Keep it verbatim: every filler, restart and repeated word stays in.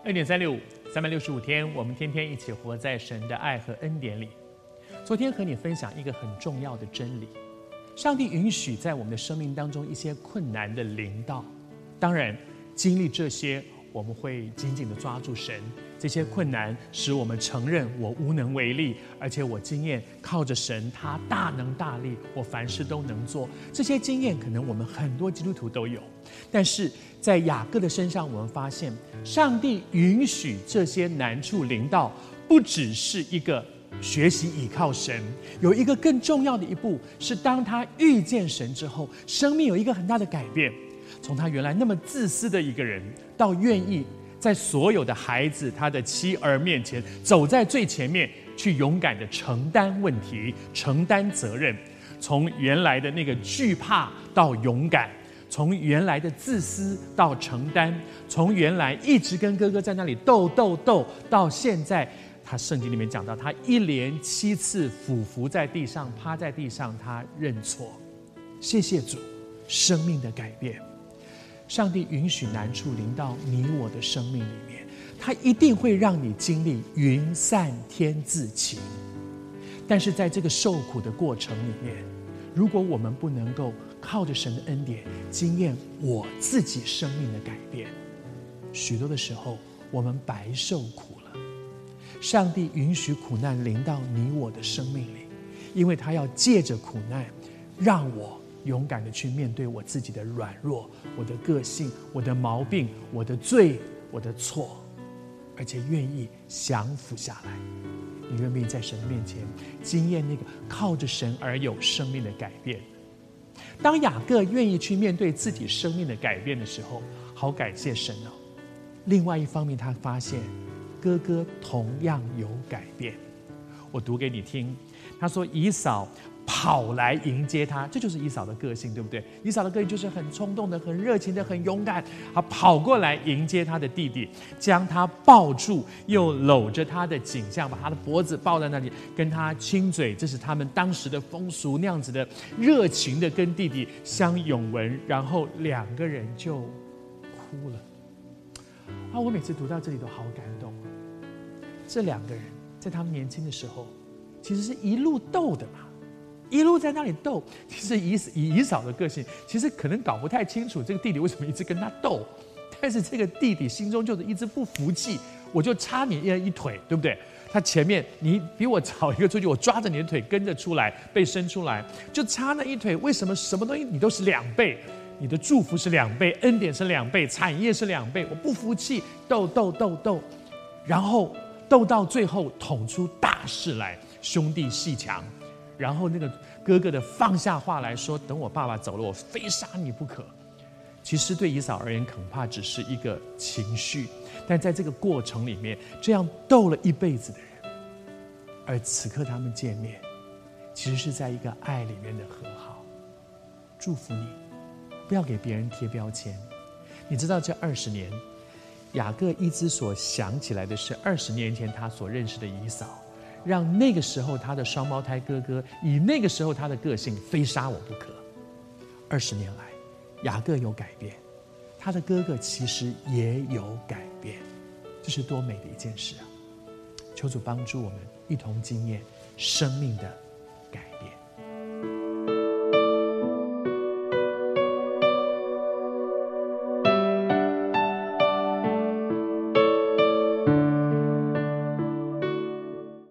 二点三六五，三百六十五天，我们天天一起活在神的爱和恩典里。昨天和你分享一个很重要的真理：上帝允许在我们的生命当中一些困难的临到，当然，经历这些，我们会紧紧地抓住神。这些困难使我们承认我无能为力，而且我经验靠着神，他大能大力，我凡事都能做。这些经验可能我们很多基督徒都有，但是在雅各的身上，我们发现上帝允许这些难处临到，不只是一个学习倚靠神，有一个更重要的一步是，当他遇见神之后，生命有一个很大的改变。从他原来那么自私的一个人，到愿意在所有的孩子、他的妻儿面前走在最前面，去勇敢地承担问题、承担责任。从原来的那个惧怕到勇敢，从原来的自私到承担，从原来一直跟哥哥在那里斗斗斗，到现在他圣经里面讲到，他一连七次俯伏在地上，趴在地上，他认错。谢谢主，生命的改变。上帝允许难处临到你我的生命里面，他一定会让你经历云散天自晴。但是在这个受苦的过程里面，如果我们不能够靠着神的恩典经验我自己生命的改变，许多的时候我们白受苦了。上帝允许苦难临到你我的生命里，因为他要借着苦难让我勇敢地去面对我自己的软弱，我的个性，我的毛病，我的罪，我的错，而且愿意降服下来。你愿不愿意在神的面前经验那个靠着神而有生命的改变？当雅各愿意去面对自己生命的改变的时候，好感谢神哦。另外一方面，他发现哥哥同样有改变。我读给你听，他说以扫跑来迎接他，这就是以扫的个性，对不对？以扫的个性就是很冲动的、很热情的、很勇敢，他跑过来迎接他的弟弟，将他抱住，又搂着他的颈项，把他的脖子抱在那里，跟他亲嘴。这是他们当时的风俗，那样子的热情的跟弟弟相拥吻，然后两个人就哭了。啊，我每次读到这里都好感动。这两个人在他们年轻的时候，其实是一路斗的嘛。一路在那里斗，其实以以以扫的个性，其实可能搞不太清楚这个弟弟为什么一直跟他斗，但是这个弟弟心中就是一直不服气，我就插你一人一腿，对不对？他前面你比我早一个出去，我抓着你的腿跟着出来，被伸出来，就插那一腿。为什么什么东西你都是两倍？你的祝福是两倍，恩典是两倍，产业是两倍，我不服气，斗斗斗斗，然后斗到最后捅出大事来，兄弟阋墙。然后那个哥哥的放下话来说，等我爸爸走了，我非杀你不可。其实对以扫而言，恐怕只是一个情绪，但在这个过程里面，这样斗了一辈子的人，而此刻他们见面，其实是在一个爱里面的和好。祝福你，不要给别人贴标签。你知道这二十年，雅各一之所想起来的是二十年前他所认识的以扫，让那个时候他的双胞胎哥哥以那个时候他的个性非杀我不可。二十年来，雅各有改变，他的哥哥其实也有改变，这是多美的一件事啊！求主帮助我们一同经验生命的